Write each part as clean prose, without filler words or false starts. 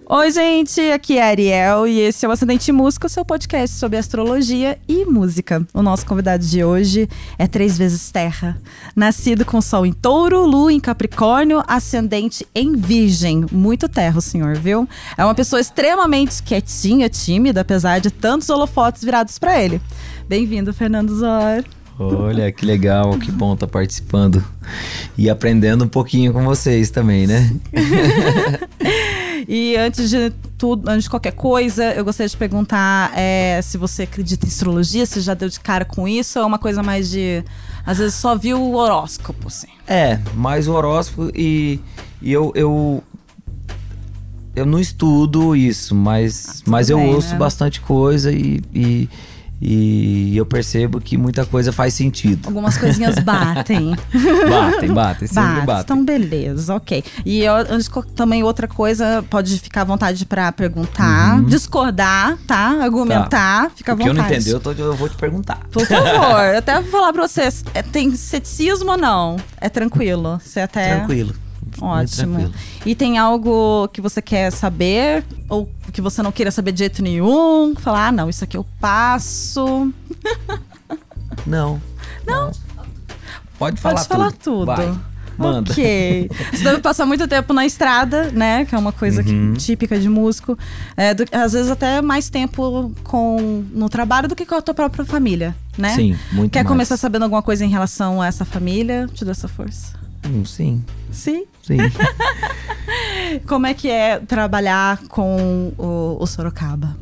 Oi, gente, aqui é a Ariel e esse é o Ascendente Música, o seu podcast sobre astrologia e música. O nosso convidado de hoje é 3 vezes Terra, nascido com Sol em Touro, Lua em Capricórnio, Ascendente em Virgem. Muito terra o senhor, viu? É uma pessoa extremamente quietinha, tímida, apesar de tantos holofotes virados para ele. Bem-vindo, Fernando Zor. Olha, que legal, que bom estar participando e aprendendo um pouquinho com vocês também, né? E antes de tudo, antes de qualquer coisa, eu gostaria de perguntar se você acredita em astrologia, se já deu de cara com isso, ou é uma coisa mais de... Às vezes só viu o horóscopo, assim. Mais o horóscopo e eu não estudo isso, mas eu bem, ouço né? bastante coisa e eu percebo que muita coisa faz sentido. Algumas coisinhas batem. sempre batem. Então, beleza, ok. E também outra coisa, pode ficar à vontade pra perguntar, discordar, tá? Argumentar, fica à vontade. O que eu não entender, eu vou te perguntar. Por favor, eu até vou falar pra vocês, tem ceticismo ou não? É tranquilo? Você até... Tranquilo. Ótimo. Tranquilo. E tem algo que você quer saber ou que você não queira saber de jeito nenhum? Falar, não, isso aqui eu passo. Não. Pode falar tudo. Vai, manda. Ok. Você deve passar muito tempo na estrada, né? Que é uma coisa típica de músico. Às vezes até mais tempo no trabalho do que com a tua própria família, né? Sim, muito Quer mais. começar sabendo alguma coisa em relação a essa família? Te dou essa força. Sim. Sim? Sim. Como é que é trabalhar com o Sorocaba?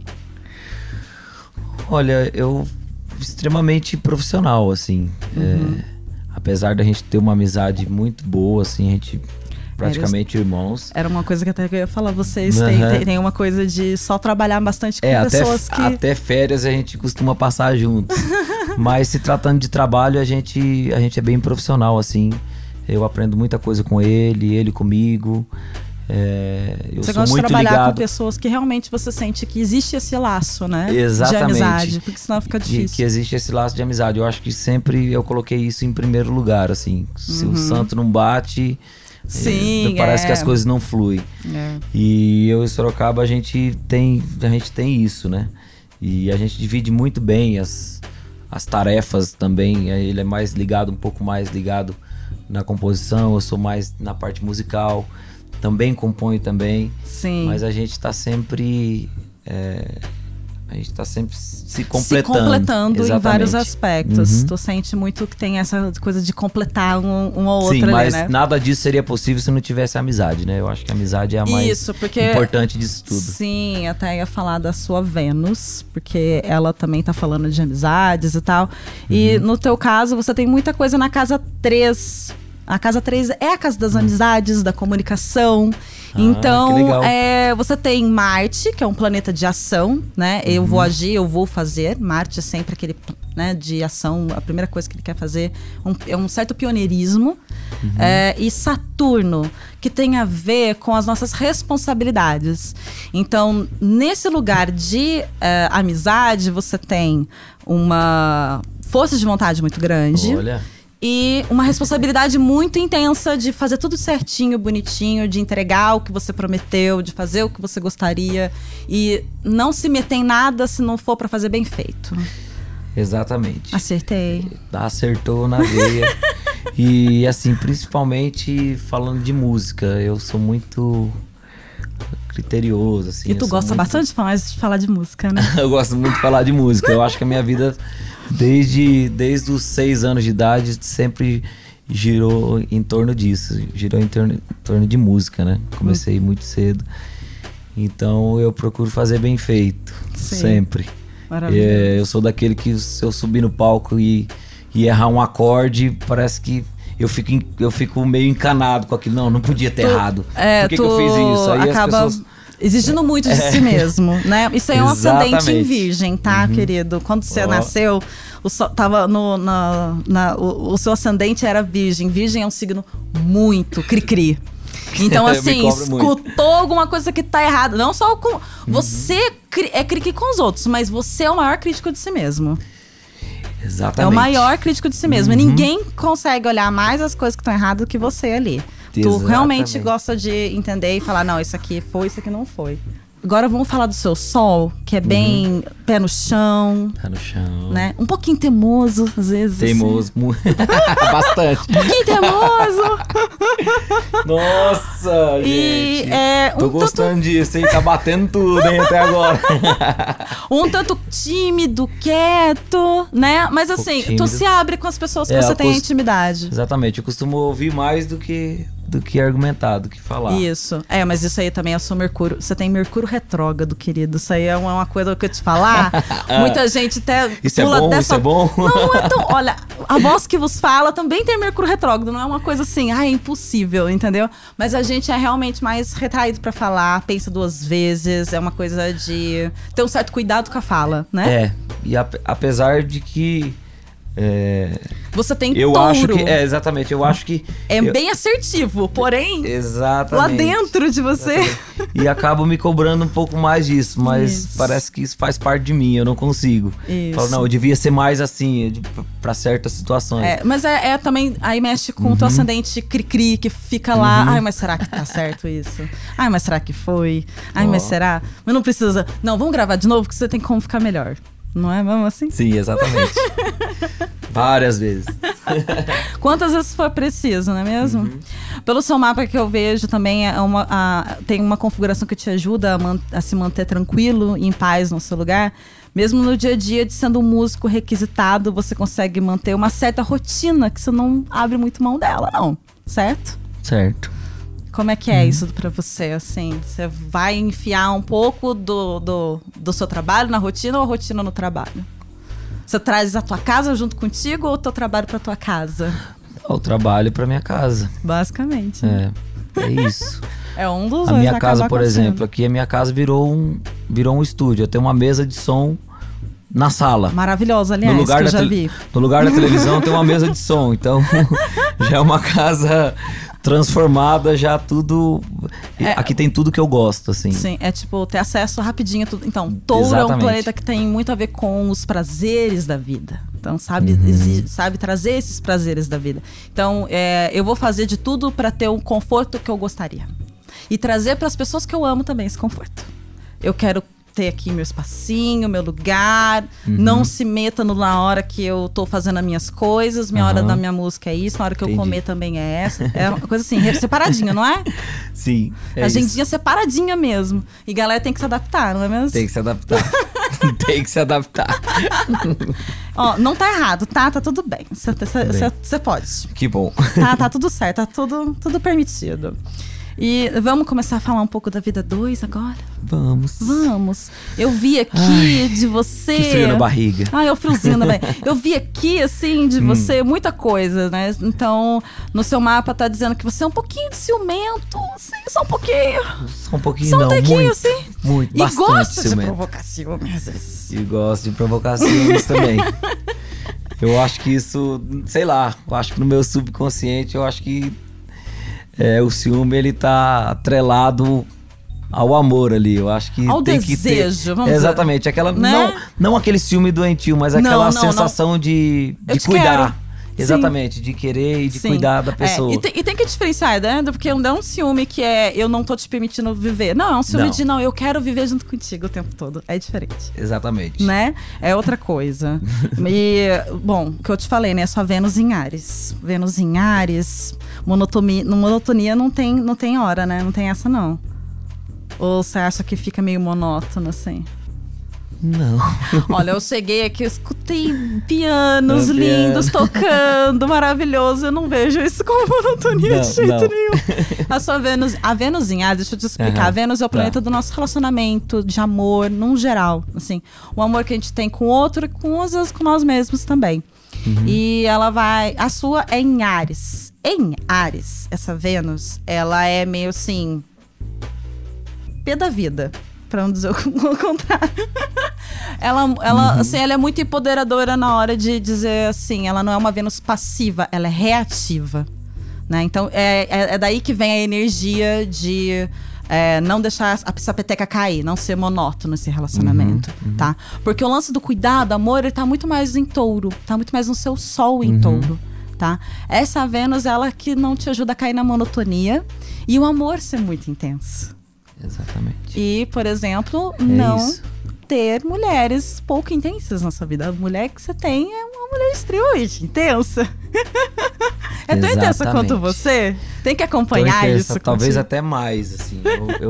Olha, eu extremamente profissional, assim. Apesar da gente ter uma amizade muito boa, assim, a gente praticamente irmãos. Era uma coisa que até eu ia falar, vocês têm uma coisa de só trabalhar bastante com pessoas que... Até férias a gente costuma passar juntos. Mas se tratando de trabalho, a gente é bem profissional, assim. Eu aprendo muita coisa com ele comigo. Você sou gosta de muito trabalhar ligado com pessoas que realmente você sente que existe esse laço, né? Exatamente. De amizade, porque senão fica difícil. Que existe esse laço de amizade. Eu acho que sempre eu coloquei isso em primeiro lugar, assim. Se o santo não bate, Sim, parece que as coisas não fluem. E eu e Sorocaba, a gente tem isso, né? E a gente divide muito bem as tarefas também. Ele é um pouco mais ligado na composição, eu sou mais na parte musical, também componho também. Sim. Mas a gente tá sempre se completando em vários aspectos. Tu sente muito que tem essa coisa de completar uma ou outra. Sim, mas ali, né? nada disso seria possível se não tivesse amizade, né? Eu acho que a amizade é a mais importante disso tudo. Sim, até ia falar da sua Vênus, porque ela também tá falando de amizades e tal. E no teu caso, você tem muita coisa na casa 3. A casa 3 é a casa das amizades, da comunicação. Então, que legal. Você tem Marte, que é um planeta de ação, né? Eu vou agir, eu vou fazer. Marte é sempre aquele, né, de ação. A primeira coisa que ele quer fazer é um certo pioneirismo. E Saturno, que tem a ver com as nossas responsabilidades. Então, nesse lugar de amizade, você tem uma força de vontade muito grande. Olha... E uma responsabilidade muito intensa de fazer tudo certinho, bonitinho, de entregar o que você prometeu, de fazer o que você gostaria e não se meter em nada se não for pra fazer bem feito. Exatamente. Acertei. Acertou na veia. E assim, principalmente falando de música, eu sou muito criterioso, assim. E tu gosta bastante de falar de música, né? Eu gosto muito de falar de música. Eu acho que a minha vida... Desde os 6 anos de idade sempre girou em torno disso. Girou em torno de música, né? Comecei muito cedo. Então eu procuro fazer bem feito. Sim. Sempre. Maravilha. Eu sou daquele que se eu subir no palco e errar um acorde, parece que eu fico meio encanado com aquilo. Não podia ter errado. Por que eu fiz isso? Aí acaba... as pessoas... Exigindo muito de si mesmo, né? Isso aí é um Exatamente. ascendente em Virgem, tá, querido? Quando você nasceu, o seu ascendente era Virgem. Virgem é um signo muito cri-cri. Então, assim, escutou alguma coisa que tá errada. Não só com... Você é cri-cri com os outros, mas você é o maior crítico de si mesmo. Exatamente. É o maior crítico de si mesmo. E ninguém consegue olhar mais as coisas que estão erradas do que você ali. Tu realmente gosta de entender e falar, não, isso aqui foi, isso aqui não foi. Agora vamos falar do seu sol, que é bem pé no chão. Pé no chão. Né? Um pouquinho teimoso, às vezes. Teimoso. Assim. Bastante. Um pouquinho teimoso. Nossa, e gente. Tô gostando disso, hein? Tá batendo tudo, hein, até agora. Um tanto tímido, quieto, né? Mas assim, tu se abre com as pessoas que você tem intimidade. Exatamente. Eu costumo ouvir mais do que argumentar, do que falar. Isso. Mas isso aí também é o seu Mercúrio. Você tem Mercúrio retrógrado, querido. Isso aí é uma coisa que eu te falar. Muita gente até isso pula é bom, dessa... Isso é bom? Não é tão... Olha, a voz que vos fala também tem Mercúrio retrógrado. Não é uma coisa assim, é impossível, entendeu? Mas a gente é realmente mais retraído pra falar, pensa 2 vezes. É uma coisa de ter um certo cuidado com a fala, né? E apesar de que... Você tem eu touro. Acho que exatamente, eu acho que bem assertivo, porém exatamente, lá dentro de você e acabo me cobrando um pouco mais disso, mas parece que isso faz parte de mim, eu não consigo. Falo, não, eu devia ser mais assim para certas situações. Mas também aí mexe com o teu ascendente cri-cri que fica lá, ai, mas será que tá certo isso? Ai, mas será que foi? Ai, mas será? Mas não precisa. Não, vamos gravar de novo que você tem como ficar melhor. Não é mesmo assim? Sim, exatamente. Várias vezes. Quantas vezes for preciso, não é mesmo? Pelo seu mapa que eu vejo também, tem uma configuração que te ajuda a se manter tranquilo e em paz no seu lugar. Mesmo no dia a dia, de sendo um músico requisitado, você consegue manter uma certa rotina que você não abre muito mão dela, não. Certo? Certo. Como é que é isso pra você, assim? Você vai enfiar um pouco do seu trabalho na rotina ou a rotina no trabalho? Você traz a tua casa junto contigo ou o teu trabalho pra tua casa? O trabalho pra minha casa. Basicamente. É isso. É um dos dois. A minha casa, por exemplo, aqui a minha casa virou um estúdio. Eu tenho uma mesa de som na sala. Maravilhosa, aliás, que eu já vi. No lugar da televisão tem uma mesa de som. Então, já é uma casa... transformada, já tudo... Aqui tem tudo que eu gosto, assim. Sim, é tipo, ter acesso rapidinho a tudo. Então, Touro é um planeta que tem muito a ver com os prazeres da vida. Então, sabe trazer esses prazeres da vida. Então, eu vou fazer de tudo para ter o conforto que eu gostaria. E trazer para as pessoas que eu amo também esse conforto. Eu quero ter aqui meu espacinho, meu lugar. Não se meta na hora que eu tô fazendo as minhas coisas. Minha hora da minha música é isso, na hora que eu comer também é essa. É uma coisa assim, separadinha, não é? Sim. Agendinha separadinha mesmo. E galera tem que se adaptar, não é mesmo? Tem que se adaptar. Tem que se adaptar. Ó, não tá errado, tá? Tá tudo bem. Você pode. Que bom. Tá tudo certo, tá tudo permitido. E vamos começar a falar um pouco da vida 2 agora? Vamos. Eu vi aqui de você... Que frio na barriga. É o friozinho na barriga. Eu vi aqui, assim, de você muita coisa, né? Então, no seu mapa tá dizendo que você é um pouquinho ciumento, assim, só um pouquinho. Só um pouquinho, não. Só um pouquinho, muito, assim. Muito, e bastante gosta ciumento. de provocar ciúmes, às vezes. E gosto de provocar ciúmes também. Eu acho que isso, sei lá, eu acho que no meu subconsciente, eu acho que o ciúme, ele tá atrelado ao amor ali. Eu acho que ao tem desejo, que ter... vamos exatamente, dizer. aquela Né? não aquele ciúme doentio, mas aquela sensação de cuidar. Quero. Exatamente, Sim. de querer e de cuidar da pessoa. E tem que diferenciar, né? Porque não é um ciúme que eu não tô te permitindo viver. Não, é um ciúme de eu quero viver junto contigo o tempo todo. É diferente. Exatamente. Né? É outra coisa. E, bom, o que eu te falei, né? É só Vênus em Áries. Vênus em Áries, monotonia não tem hora, né? Não tem essa, não. Ou você acha que fica meio monótono, assim? Não. Olha, eu cheguei aqui, eu escutei pianos lindos tocando, maravilhoso. Eu não vejo isso como monotonia de jeito nenhum. A Vênus em Áries, deixa eu te explicar. A Vênus é o planeta do nosso relacionamento, de amor, num geral. Assim, o amor que a gente tem com o outro e às vezes com nós mesmos também. E ela vai... A sua é em Áries. Em Áries, essa Vênus, ela é meio assim... pé da vida. Pra não dizer o contrário. Assim, ela é muito empoderadora na hora de dizer assim, ela não é uma Vênus passiva, ela é reativa, né? Então é daí que vem a energia de não deixar essa peteca cair, não ser monótono esse relacionamento, tá? Porque o lance do cuidado, amor, ele tá muito mais em Touro, tá muito mais no seu sol em Touro, tá? Essa Vênus, ela que não te ajuda a cair na monotonia e o amor ser muito intenso. Exatamente. E, por exemplo, não isso. ter mulheres pouco intensas na sua vida. A mulher que você tem é uma mulher extremamente intensa. É tão intensa quanto você? Tem que acompanhar intensa, isso. Talvez contigo. até mais, assim.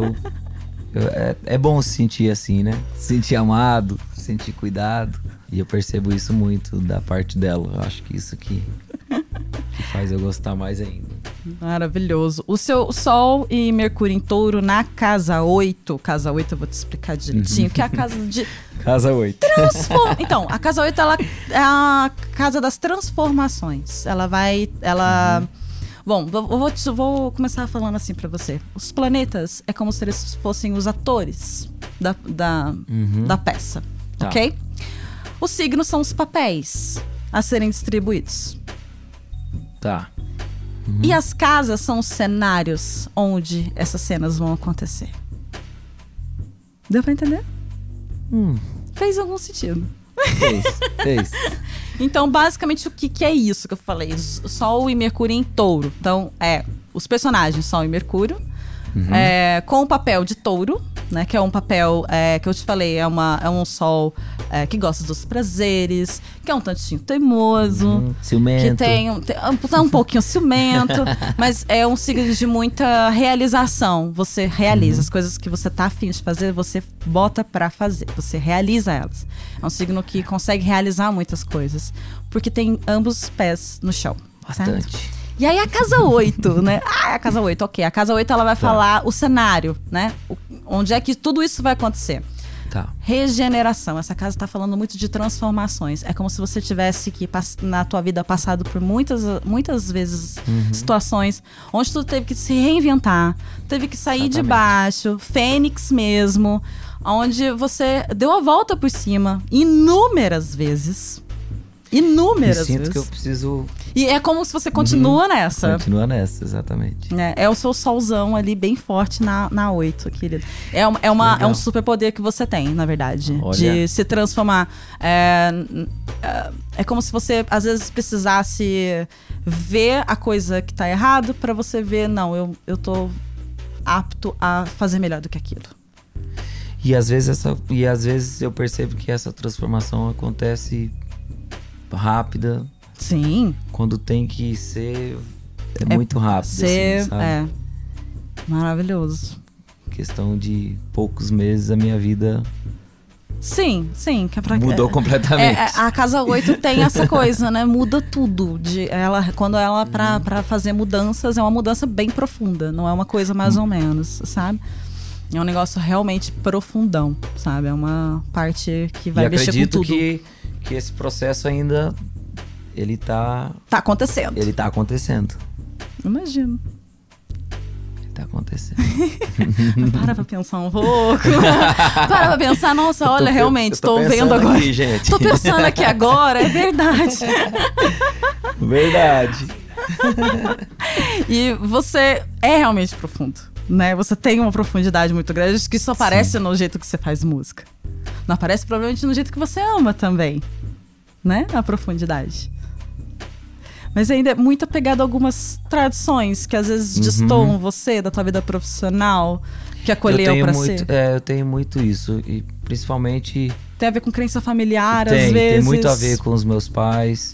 É bom se sentir assim, né? Se sentir amado, se sentir cuidado. E eu percebo isso muito da parte dela. Eu acho que isso que faz eu gostar mais ainda. Maravilhoso. O seu Sol e Mercúrio em Touro na casa 8. Casa 8 eu vou te explicar direitinho. Que é a casa de... Casa 8. Então, a casa 8 ela é a casa das transformações. Ela vai... Bom, eu vou começar falando assim pra você. Os planetas é como se eles fossem os atores da peça, Tá. ok? Os signos são os papéis a serem distribuídos. Tá. E as casas são os cenários onde essas cenas vão acontecer. Deu pra entender? Fez algum sentido. Fez. Então, basicamente, o que é isso que eu falei? Sol e Mercúrio em Touro. Então, os personagens Sol e Mercúrio, com o papel de Touro, né? Que é um papel que eu te falei, é um Sol que gosta dos prazeres, que é um tantinho teimoso, Ciumento. que tem um pouquinho ciumento, mas é um signo de muita realização. Você realiza as coisas que você tá afim de fazer, você bota pra fazer, você realiza elas. É um signo que consegue realizar muitas coisas, porque tem ambos os pés no chão. Bastante. Certo? E aí a casa 8, né? A casa 8, ok. A casa 8 ela vai falar o cenário, né? Onde é que tudo isso vai acontecer. Tá. Regeneração. Essa casa está falando muito de transformações. É como se você tivesse que, na tua vida, passado por muitas vezes situações onde tu teve que se reinventar, teve que sair de baixo, fênix mesmo, onde você deu a volta por cima inúmeras vezes. Inúmeras sinto vezes. Que eu preciso... E é como se você continua nessa. Continua nessa, exatamente. É o seu solzão ali bem forte na 8, querido. É um superpoder que você tem, na verdade. Olha. De se transformar. É como se você, às vezes, precisasse ver a coisa que tá errado pra você ver, não, eu tô apto a fazer melhor do que aquilo. E às vezes eu percebo que essa transformação acontece rápida. Sim. Quando tem que ser muito rápido, assim, sabe? Maravilhoso. Questão de poucos meses a minha vida Sim. mudou completamente. A casa 8 tem essa coisa, né? Muda tudo. Quando ela pra fazer mudanças, é uma mudança bem profunda. Não é uma coisa mais ou menos, sabe? É um negócio realmente profundão, sabe? É uma parte que vai mexer com tudo. Acredito que esse processo ainda... Ele tá acontecendo. Ele tá acontecendo. Imagino. Ele tá acontecendo. Para pra pensar um pouco. Para pra pensar, nossa, olha, realmente, tô vendo agora. Aqui, gente. Tô pensando aqui agora, é verdade. Verdade. E você é realmente profundo, né? Você tem uma profundidade muito grande. Acho que isso aparece no jeito que você faz música. Não aparece provavelmente no jeito que você ama também, né? A profundidade. Mas ainda é muito apegado a algumas tradições que às vezes destoam você da tua vida profissional, que acolheu pra si. Eu tenho muito isso. E principalmente... Tem a ver com crença familiar, às vezes. Tem muito a ver com os meus pais.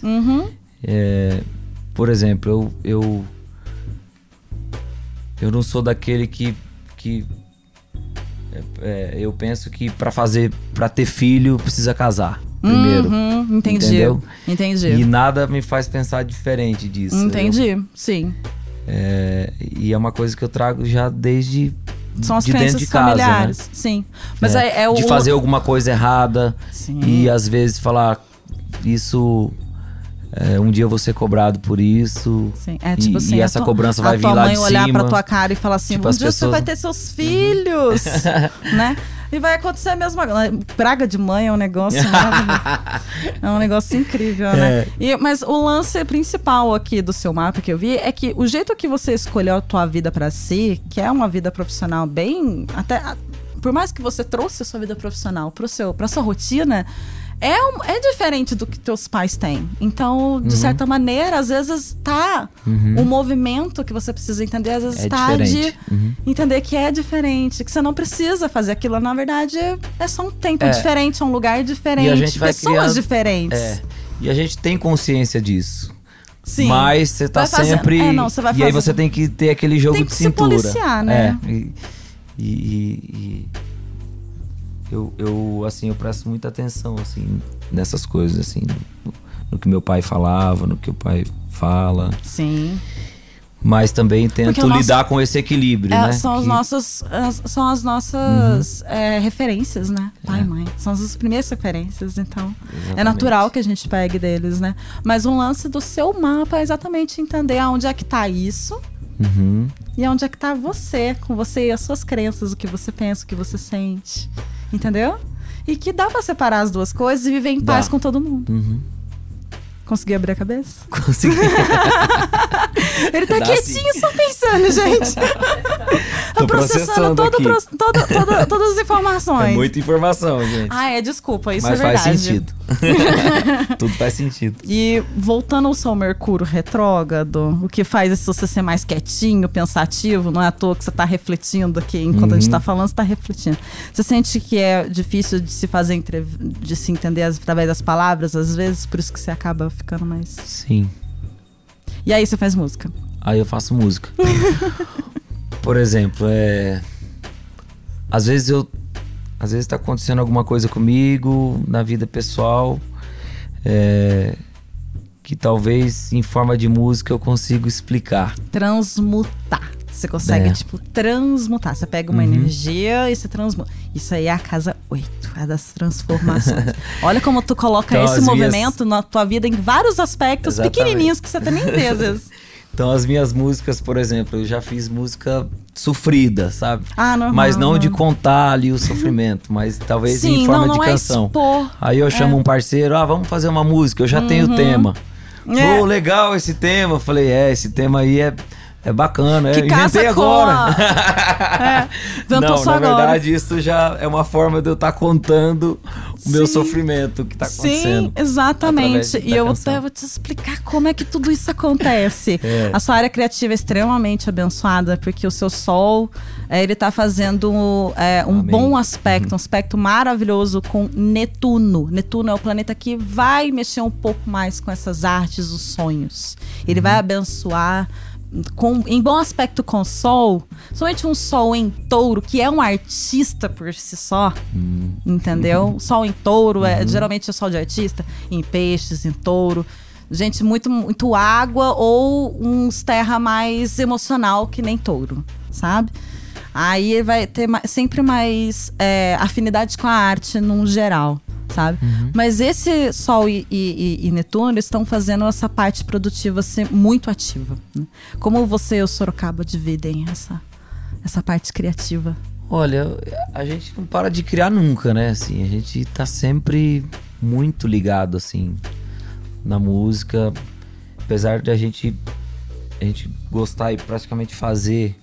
Por exemplo, eu não sou daquele que eu penso que pra ter filho precisa casar primeiro. Entendi. Entendeu? Entendi. E nada me faz pensar diferente disso. Entendi, sim. E é uma coisa que eu trago já desde São as de crenças dentro de casa, familiares, né? sim. Mas de fazer alguma coisa errada. Sim. E às vezes falar isso... um dia eu vou ser cobrado por isso. Sim. Tipo assim, e essa cobrança vai vir lá de cima. A tua mãe olhar pra tua cara e falar assim, Tipo, um dia você vai ter seus filhos, né? E vai acontecer a mesma coisa. Praga de mãe é um negócio é um negócio incrível, né? Mas o lance principal aqui do seu mapa que eu vi é que o jeito que você escolheu a tua vida pra si, que é uma vida profissional bem... Por mais que você trouxe a sua vida profissional pra sua rotina, é diferente do que teus pais têm. Então, de certa maneira, às vezes tá o movimento que você precisa entender, às vezes tá de entender que é diferente, que você não precisa fazer aquilo. Na verdade, é só um tempo diferente, é um lugar diferente, e a gente vai pessoas diferentes. E a gente tem consciência disso. Sim. Mas você tá sempre... você vai e aí você tem que ter aquele jogo de cintura. Tem que se policiar, né? Eu presto muita atenção, assim, nessas coisas, assim, no que meu pai falava, no que o pai fala. Sim. Mas também tento lidar com esse equilíbrio, né? São as nossas referências, né? Pai e mãe. São as primeiras referências, então é natural que a gente pegue deles, né? Mas um lance do seu mapa é exatamente entender aonde é que tá isso e aonde é que tá você, com você e as suas crenças, o que você pensa, o que você sente. Entendeu? E que dá pra separar as duas coisas e viver em paz com todo mundo. Consegui abrir a cabeça? Consegui. Ele tá quietinho só pensando, gente. Tô processando todas as informações. É muita informação, gente. Desculpa, isso mas é verdade. Faz sentido. Tudo faz sentido. E voltando ao seu Mercúrio retrógrado, o que faz isso você ser mais quietinho, pensativo, não é à toa que você tá refletindo aqui, enquanto a gente tá falando, você tá refletindo. Você sente que é difícil de se fazer, de se entender através das palavras, às vezes, por isso que você acaba ficando mais... Sim. E aí você faz música? Aí eu faço música. Por exemplo, às vezes tá acontecendo alguma coisa comigo na vida pessoal, que talvez em forma de música eu consiga explicar. Transmutar. Você consegue, transmutar. Você pega uma energia e você transmuta. Isso aí é a casa 8, é das transformações. Olha como tu coloca esse movimento na tua vida em vários aspectos pequenininhos que você até nem vê às vezes. Então as minhas músicas, por exemplo, eu já fiz música sofrida, sabe? Normal. Mas não de contar ali o sofrimento, mas talvez em forma de canção. Aí eu chamo um parceiro, vamos fazer uma música, eu já tenho o tema. Pô, legal esse tema. Eu falei, esse tema aí é bacana, que inventei agora. Não, na verdade, isso já é uma forma de eu estar contando o meu sofrimento, o que está acontecendo. Sim, exatamente. E eu até vou te explicar como é que tudo isso acontece. A sua área criativa é extremamente abençoada, porque o seu Sol, ele tá fazendo um bom aspecto, um aspecto maravilhoso com Netuno. Netuno é o planeta que vai mexer um pouco mais com essas artes, os sonhos. Ele vai abençoar em bom aspecto com o Sol, somente um Sol em Touro, que é um artista por si só, entendeu? Sol em Touro, geralmente é Sol de artista, em Peixes, em Touro. Gente, muito água ou uns terra mais emocional que nem Touro, sabe? Aí ele vai ter sempre mais afinidade com a arte num geral, sabe? Mas esse Sol e Netuno estão fazendo essa parte produtiva ser muito ativa, né? Como você e o Sorocaba dividem essa parte criativa? Olha, a gente não para de criar nunca, né? Assim, a gente tá sempre muito ligado, assim, na música. Apesar de a gente gostar e praticamente fazer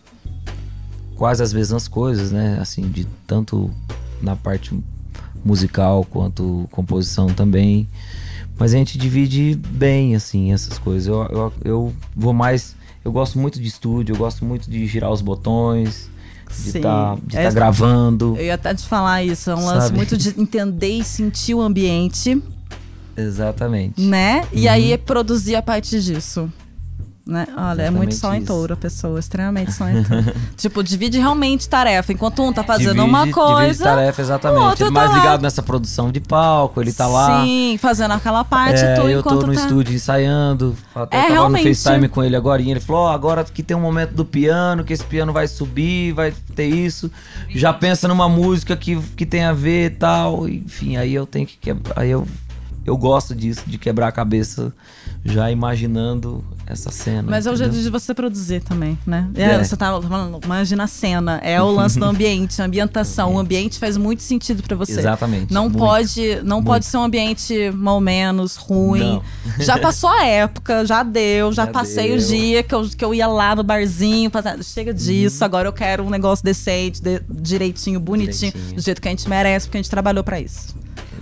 quase as mesmas coisas, né? Assim, de tanto na parte musical quanto composição também. Mas a gente divide bem, assim, essas coisas. Eu vou mais... Eu gosto muito de estúdio, eu gosto muito de girar os botões, de tá gravando. Eu ia até te falar isso, é um lance muito de entender e sentir o ambiente. Exatamente. Né? E aí produzir a partir disso. Né? Olha, exatamente, é muito Sol em Touro a pessoa, extremamente Sol em Touro. Tipo, divide realmente tarefa. Enquanto um tá fazendo uma coisa, divide tarefa, exatamente. Ele mais ligado nessa produção de palco, ele tá lá. Sim, fazendo aquela parte. Eu tô no estúdio ensaiando. Até tava realmente no FaceTime com ele agora. Ele falou, agora que tem um momento do piano, que esse piano vai subir, vai ter isso. Já pensa numa música que tem a ver e tal. Enfim, aí eu tenho que quebrar. Aí eu gosto disso, de quebrar a cabeça já imaginando essa cena. Mas é o jeito de você produzir também, né? Você tá falando, imagina a cena, é o lance do ambiente, a ambientação. O ambiente faz muito sentido pra você. Exatamente. Não pode ser um ambiente mal menos, ruim. Não. Já passou a época, já deu, já passei o dia que eu ia lá no barzinho, chega disso, agora eu quero um negócio decente, direitinho, bonitinho, do jeito que a gente merece, porque a gente trabalhou pra isso.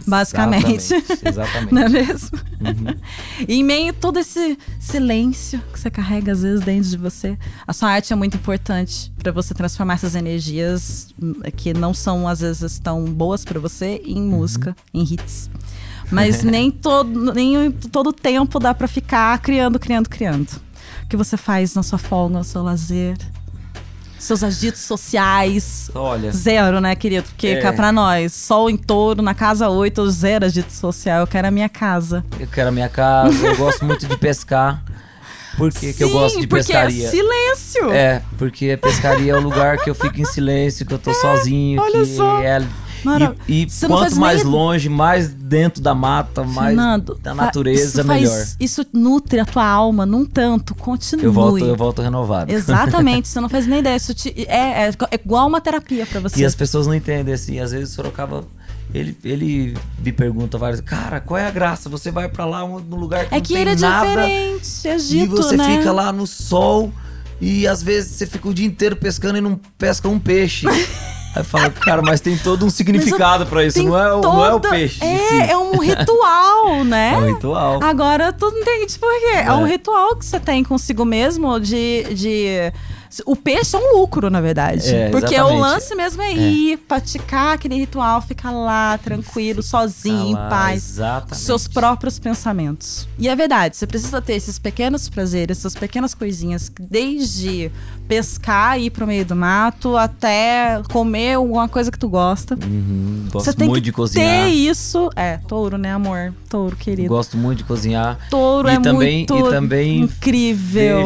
basicamente. Exatamente. Não é mesmo? E em meio a todo esse silêncio que você carrega às vezes dentro de você, a sua arte é muito importante para você transformar essas energias que não são às vezes tão boas para você em música, em hits. Mas nem todo tempo dá para ficar criando. O que você faz na sua folga, no seu lazer? Seus agitos sociais. Olha. Zero, né, querido? Porque cá pra nós, Sol em Touro, na casa 8, zero agito social. Eu quero a minha casa. Eu quero a minha casa. Eu gosto muito de pescar. Por que eu gosto de pescaria? Porque é silêncio. Porque pescaria é o lugar que eu fico em silêncio, que eu tô sozinho. Olha só. E quanto mais longe, mais dentro da mata, mais da natureza, melhor. Isso nutre a tua alma, num tanto, continue. Eu volto renovado. Exatamente, você não faz nem ideia. Isso é igual uma terapia pra você. E as pessoas não entendem, assim, às vezes o Sorocaba... Ele me pergunta várias vezes, cara, qual é a graça? Você vai pra lá num lugar que não tem nada. É que ele é diferente, agito, e você fica lá no sol e às vezes você fica o dia inteiro pescando e não pesca um peixe. Aí fala, cara, mas tem todo um significado pra isso, não é o peixe. É um ritual, né? É um ritual. Agora, tu entende por quê? É um ritual que você tem consigo mesmo de... O peixe é um lucro, na verdade. Porque o lance mesmo é ir, praticar aquele ritual, ficar lá, tranquilo, sozinho, em paz. Com seus próprios pensamentos. E é verdade, você precisa ter esses pequenos prazeres, essas pequenas coisinhas, desde pescar, ir pro meio do mato, até comer alguma coisa que tu gosta. Gosto muito de cozinhar. Ter isso. Touro, né, amor? Touro, querido. Gosto muito de cozinhar. Touro muito incrível.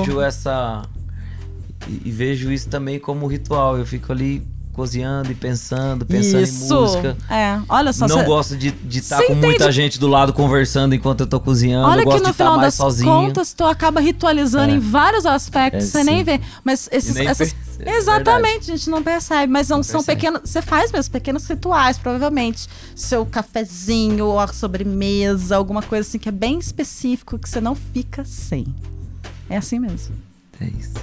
Vejo isso também como ritual. Eu fico ali cozinhando e pensando em música. Olha só. Não gosto de estar com muita gente do lado conversando enquanto eu tô cozinhando. Eu gosto de estar mais sozinho. Olha que no final das contas tu acaba ritualizando em vários aspectos. Você nem vê. Mas exatamente, a gente não percebe. Mas são pequenos. Você faz mesmo pequenos rituais, provavelmente. Seu cafezinho, ou a sobremesa, alguma coisa assim que é bem específico, que você não fica sem. É assim mesmo. É isso.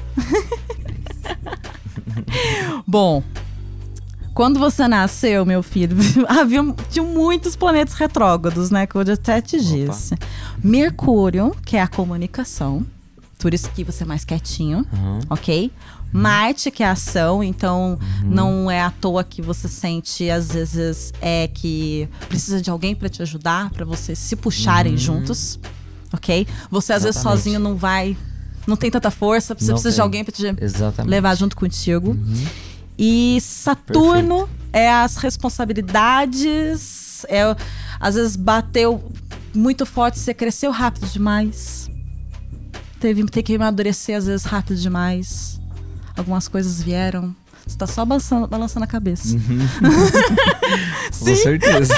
Bom, quando você nasceu, meu filho, tinha muitos planetas retrógrados, né? Que eu até te disse. Mercúrio, que é a comunicação, por isso que você é mais quietinho, ok? Marte, que é a ação, então não é à toa que você sente, às vezes, que precisa de alguém para te ajudar, para vocês se puxarem juntos, ok? Você, às vezes, sozinho não vai... Não tem tanta força, você precisa de alguém pra te levar junto contigo. E Saturno é as responsabilidades, às vezes bateu muito forte, você cresceu rápido demais. Tem que amadurecer, às vezes, rápido demais. Algumas coisas vieram. Você tá só balançando a cabeça. Com certeza.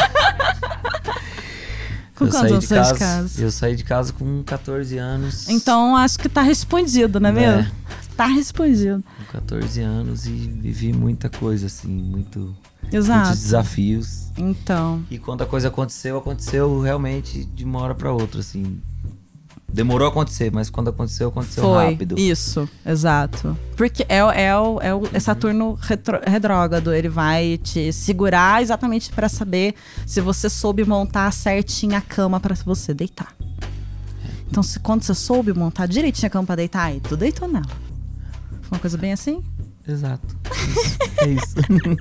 Com quantos anos você saiu de casa? Eu saí de casa com 14 anos. Então, acho que tá respondido, não é mesmo? Tá respondido. Com 14 anos e vivi muita coisa, assim, muitos desafios. Então. E quando a coisa aconteceu realmente de uma hora pra outra, assim. Demorou a acontecer, mas quando aconteceu rápido. Isso, exato. Porque é Saturno retrógrado. Ele vai te segurar exatamente para saber se você soube montar certinho a cama para você deitar. Então, quando você soube montar direitinho a cama para deitar, aí tu deitou nela. Foi uma coisa bem assim? Exato. É isso.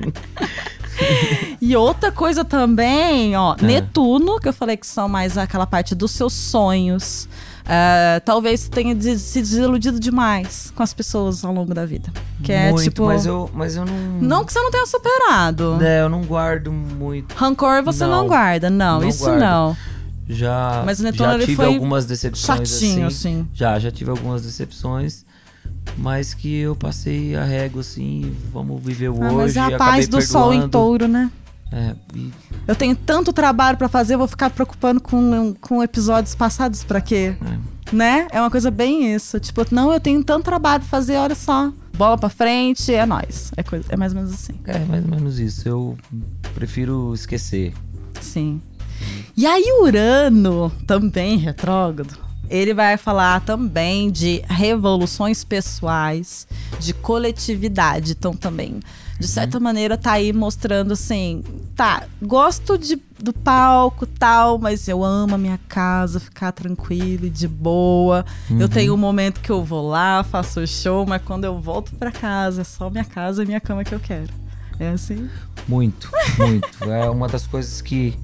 E outra coisa também, Netuno, que eu falei que são mais aquela parte dos seus sonhos. Talvez tenha se desiludido demais com as pessoas ao longo da vida. Que muito, é tipo. Mas eu não. Não que você não tenha superado. Eu não guardo muito. Rancor você não guarda, não. Isso guardo. Não. Mas o Netuno, já tive foi algumas decepções. Chatinho, assim. Já tive algumas decepções. Mas que eu passei a régua, assim, vamos viver o hoje. Mas é a paz do Sol em Touro, né? Eu tenho tanto trabalho pra fazer, eu vou ficar preocupando com episódios passados pra quê? Né? É uma coisa bem isso. Tipo, não, eu tenho tanto trabalho pra fazer, olha só. Bola pra frente, é nóis. É mais ou menos assim. É mais ou menos isso. Eu prefiro esquecer. Sim. E aí Urano, também retrógrado, ele vai falar também de revoluções pessoais, de coletividade, então também de certa maneira tá aí mostrando assim, tá, gosto do palco tal, mas eu amo a minha casa, ficar tranquilo e de boa. Eu tenho um momento que eu vou lá, faço o show, mas quando eu volto pra casa, é só minha casa e minha cama que eu quero. É assim? Muito, muito. É uma das coisas que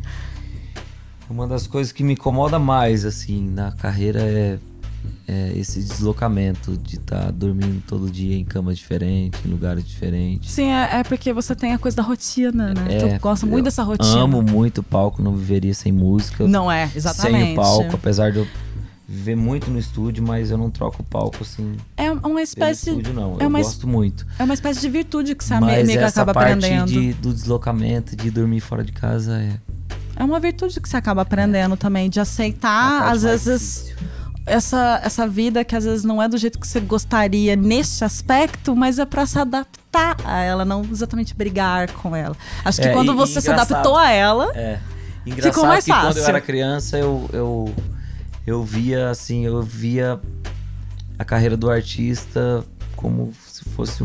me incomoda mais, assim, na carreira é esse deslocamento de estar dormindo todo dia em camas diferentes, em lugares diferentes. Sim, é porque você tem a coisa da rotina, né? Tu gosta muito dessa rotina. Amo muito o palco, não viveria sem música. Não é, exatamente. Sem o palco, apesar de eu viver muito no estúdio, mas eu não troco o palco assim. É uma espécie. Pelo estúdio, não. Eu gosto muito. É uma espécie de virtude que você mas amiga acaba aprendendo. Mas do deslocamento, de dormir fora de casa é uma virtude que você acaba aprendendo também, de aceitar, às vezes, essa vida que às vezes não é do jeito que você gostaria nesse aspecto, mas é pra se adaptar a ela, não exatamente brigar com ela. Acho que quando você se adaptou a ela, ficou mais fácil. Quando eu era criança, eu via a carreira do artista como se fosse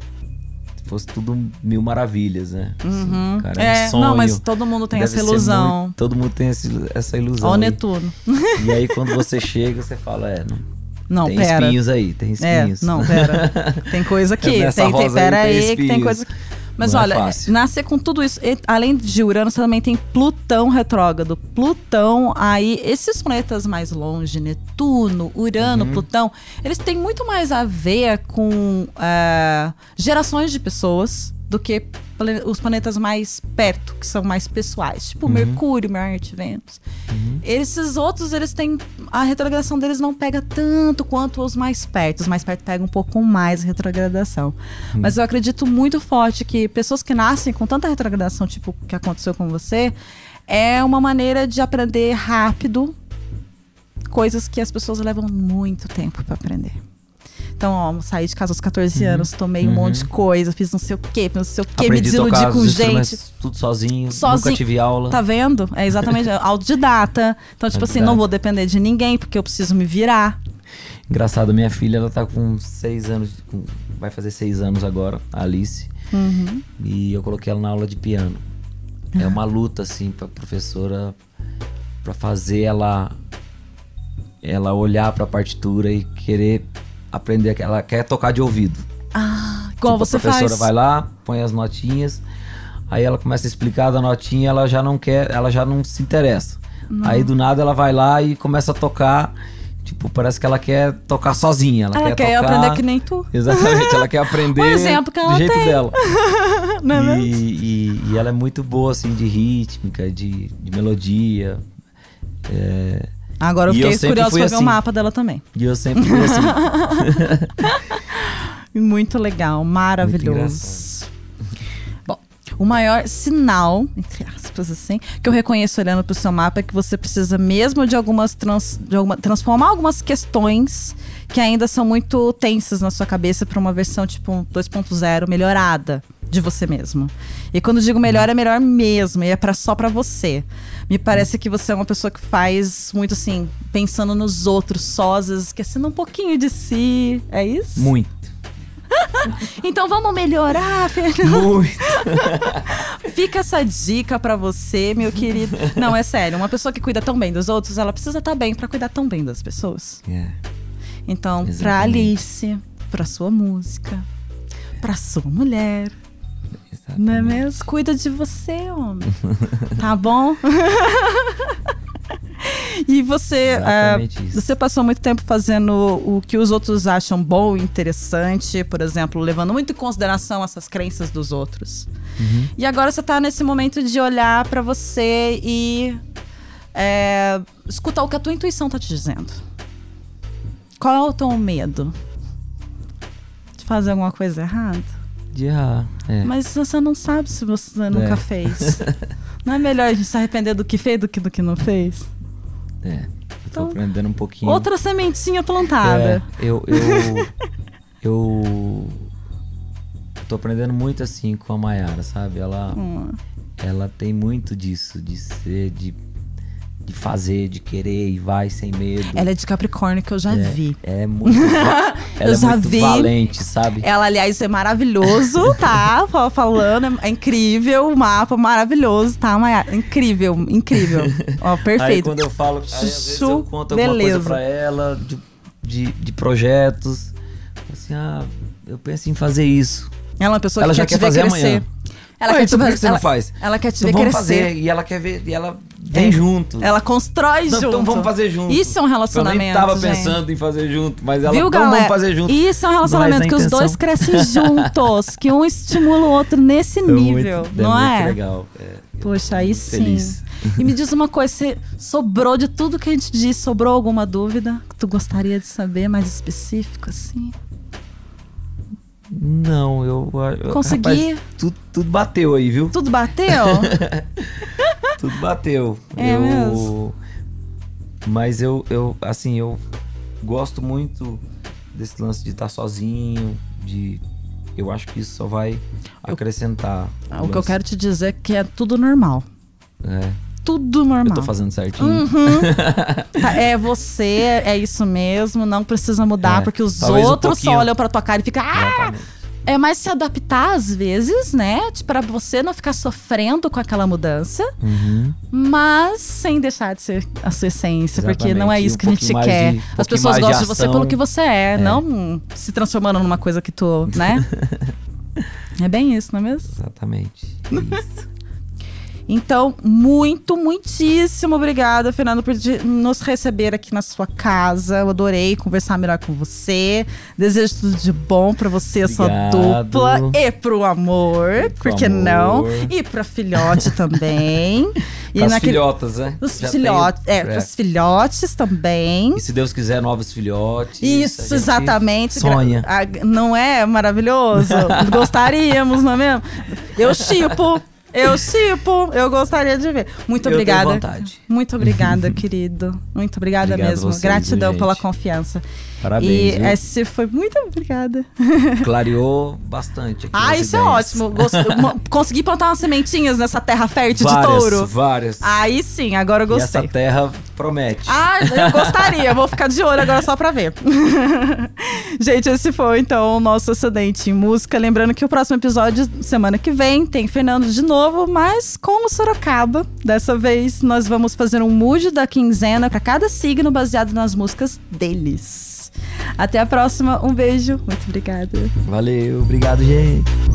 tudo mil maravilhas, né? Assim, cara, é um sonho. Não, mas todo mundo tem essa ilusão. Todo mundo tem essa ilusão. Ó o Netuno. E aí quando você chega, você fala, não, tem pera. espinhos aí, tem espinhos. Não, pera. Tem coisa aqui. Pera aí que tem coisa aqui. Mas não olha, nascer com tudo isso, além de Urano, você também tem Plutão retrógrado. Plutão, aí, esses planetas mais longe, Netuno, Urano, Plutão, eles têm muito mais a ver com gerações de pessoas do que os planetas mais perto, que são mais pessoais. Tipo Mercúrio, Marte, Vênus. Esses outros, eles têm... A retrogradação deles não pega tanto quanto os mais perto. Os mais perto pegam um pouco mais a retrogradação. Mas eu acredito muito forte que pessoas que nascem com tanta retrogradação, tipo o que aconteceu com você, é uma maneira de aprender rápido coisas que as pessoas levam muito tempo para aprender. Então, saí de casa aos 14 anos, tomei um monte de coisa, fiz não sei o quê, me desiludi com gente. Tudo sozinho, nunca tive aula. Tá vendo? É exatamente, autodidata. Então, tipo assim, não vou depender de ninguém, porque eu preciso me virar. Engraçado, minha filha, ela tá com 6 anos, vai fazer 6 anos agora, a Alice. E eu coloquei ela na aula de piano. É uma luta, assim, pra professora, pra fazer ela olhar pra partitura e querer aprender, ela quer tocar de ouvido. Igual você faz. A professora vai lá, põe as notinhas, aí ela começa a explicar da notinha, ela já não quer, ela já não se interessa. Aí do nada ela vai lá e começa a tocar, tipo, parece que ela quer tocar sozinha. Ela quer tocar, aprender que nem tu. Exatamente, ela quer aprender exemplo que ela do jeito tem. dela. Não é e ela é muito boa, assim, de rítmica, de melodia. Agora eu fiquei curiosa pra ver o mapa dela também. E eu sempre fui assim. Muito legal, maravilhoso. Bom, o maior sinal, entre aspas, assim, que eu reconheço olhando pro seu mapa é que você precisa mesmo de transformar algumas questões que ainda são muito tensas na sua cabeça para uma versão tipo 2.0 melhorada de você mesmo. E quando digo melhor, é melhor mesmo, e é só pra você. Me parece que você é uma pessoa que faz muito assim, pensando nos outros, só às vezes esquecendo um pouquinho de si. É isso? Muito. Então vamos melhorar, Fernando. Muito. Fica essa dica pra você, meu querido. Não, é sério, uma pessoa que cuida tão bem dos outros, ela precisa estar bem pra cuidar tão bem das pessoas. Então, exatamente. Pra Alice, pra sua música, pra sua mulher. Exatamente. Não é mesmo? Cuida de você, homem. Tá bom? E você, você passou muito tempo fazendo o que os outros acham bom e interessante, por exemplo, levando muito em consideração essas crenças dos outros. E agora você tá nesse momento de olhar pra você e escutar o que a tua intuição tá te dizendo. Qual é o teu medo? De fazer alguma coisa errada? De errar, Mas você não sabe se você nunca fez. Não é melhor a gente se arrepender do que fez do que não fez? Eu tô aprendendo um pouquinho. Outra sementinha plantada. Eu tô aprendendo muito assim com a Mayara, sabe? Ela tem muito disso, de fazer, de querer e vai sem medo. Ela é de Capricórnio, que eu já vi. É muito, ela eu é já muito vi. valente, sabe? Ela, aliás, é maravilhoso, tá? Falando, é incrível, o mapa maravilhoso, tá, Maiara? Incrível, incrível. Ó, perfeito. Aí quando eu falo, às vezes eu conto alguma coisa pra ela, de projetos, assim, eu penso em fazer isso. Ela é uma pessoa ela que já quer te fazer ver crescer. Amanhã. Ela quer então por que você não faz? Ela quer te então ver vamos crescer. Fazer, e ela quer ver, e ela vem junto. Ela constrói junto. Então vamos fazer junto. Isso é um relacionamento, eu nem tava gente. pensando em fazer junto, mas ela, viu, então galera? vamos fazer junto. Isso é um relacionamento que os dois crescem juntos, que um estimula o outro nesse nível, não é? Muito legal. Poxa, aí sim. Feliz. E me diz uma coisa, você sobrou de tudo que a gente disse, sobrou alguma dúvida que tu gostaria de saber, mais específico, assim? Não, eu consegui. Rapaz, tudo bateu aí, viu? Tudo bateu? Tudo bateu. É mesmo? Mas eu gosto muito desse lance de estar sozinho, eu acho que isso só vai acrescentar. O que eu quero te dizer é que é tudo normal. Tudo normal. Eu tô fazendo certinho. É você, é isso mesmo, não precisa mudar, porque os outros só olham pra tua cara e ficam... É mais se adaptar às vezes, né? Pra você não ficar sofrendo com aquela mudança, mas sem deixar de ser a sua essência, porque não é isso que a gente quer. As pessoas gostam de você pelo que você é, não se transformando numa coisa que tu, né? É bem isso, não é mesmo? Exatamente. É isso. Então, muitíssimo obrigada, Fernando, por nos receber aqui na sua casa. Eu adorei conversar melhor com você. Desejo tudo de bom pra você, a sua dupla. E pro amor, por que não? E pra filhote também. E Pras filhotas, né? Os filhotes, pros filhotes também. E se Deus quiser, novos filhotes. Isso, exatamente. Sonha. Não é maravilhoso? Gostaríamos, não é mesmo? Eu gostaria de ver. Muito obrigada. Eu tenho vontade. Muito obrigada, querido. Muito obrigada mesmo. Vocês, gratidão gente. pela confiança. Parabéns. E esse foi muito obrigada. Clareou bastante aqui. Isso ideias. É ótimo. Consegui plantar umas sementinhas nessa terra fértil de touro. Várias. Aí sim, agora eu gostei. E essa terra promete. Eu gostaria. Vou ficar de olho agora só pra ver. Gente, esse foi então o nosso Acidente em Música. Lembrando que o próximo episódio, semana que vem, tem Fernando de novo, mas com o Sorocaba. Dessa vez nós vamos fazer um mood da quinzena pra cada signo baseado nas músicas deles. Até a próxima, um beijo, muito obrigada. Valeu, obrigado, gente.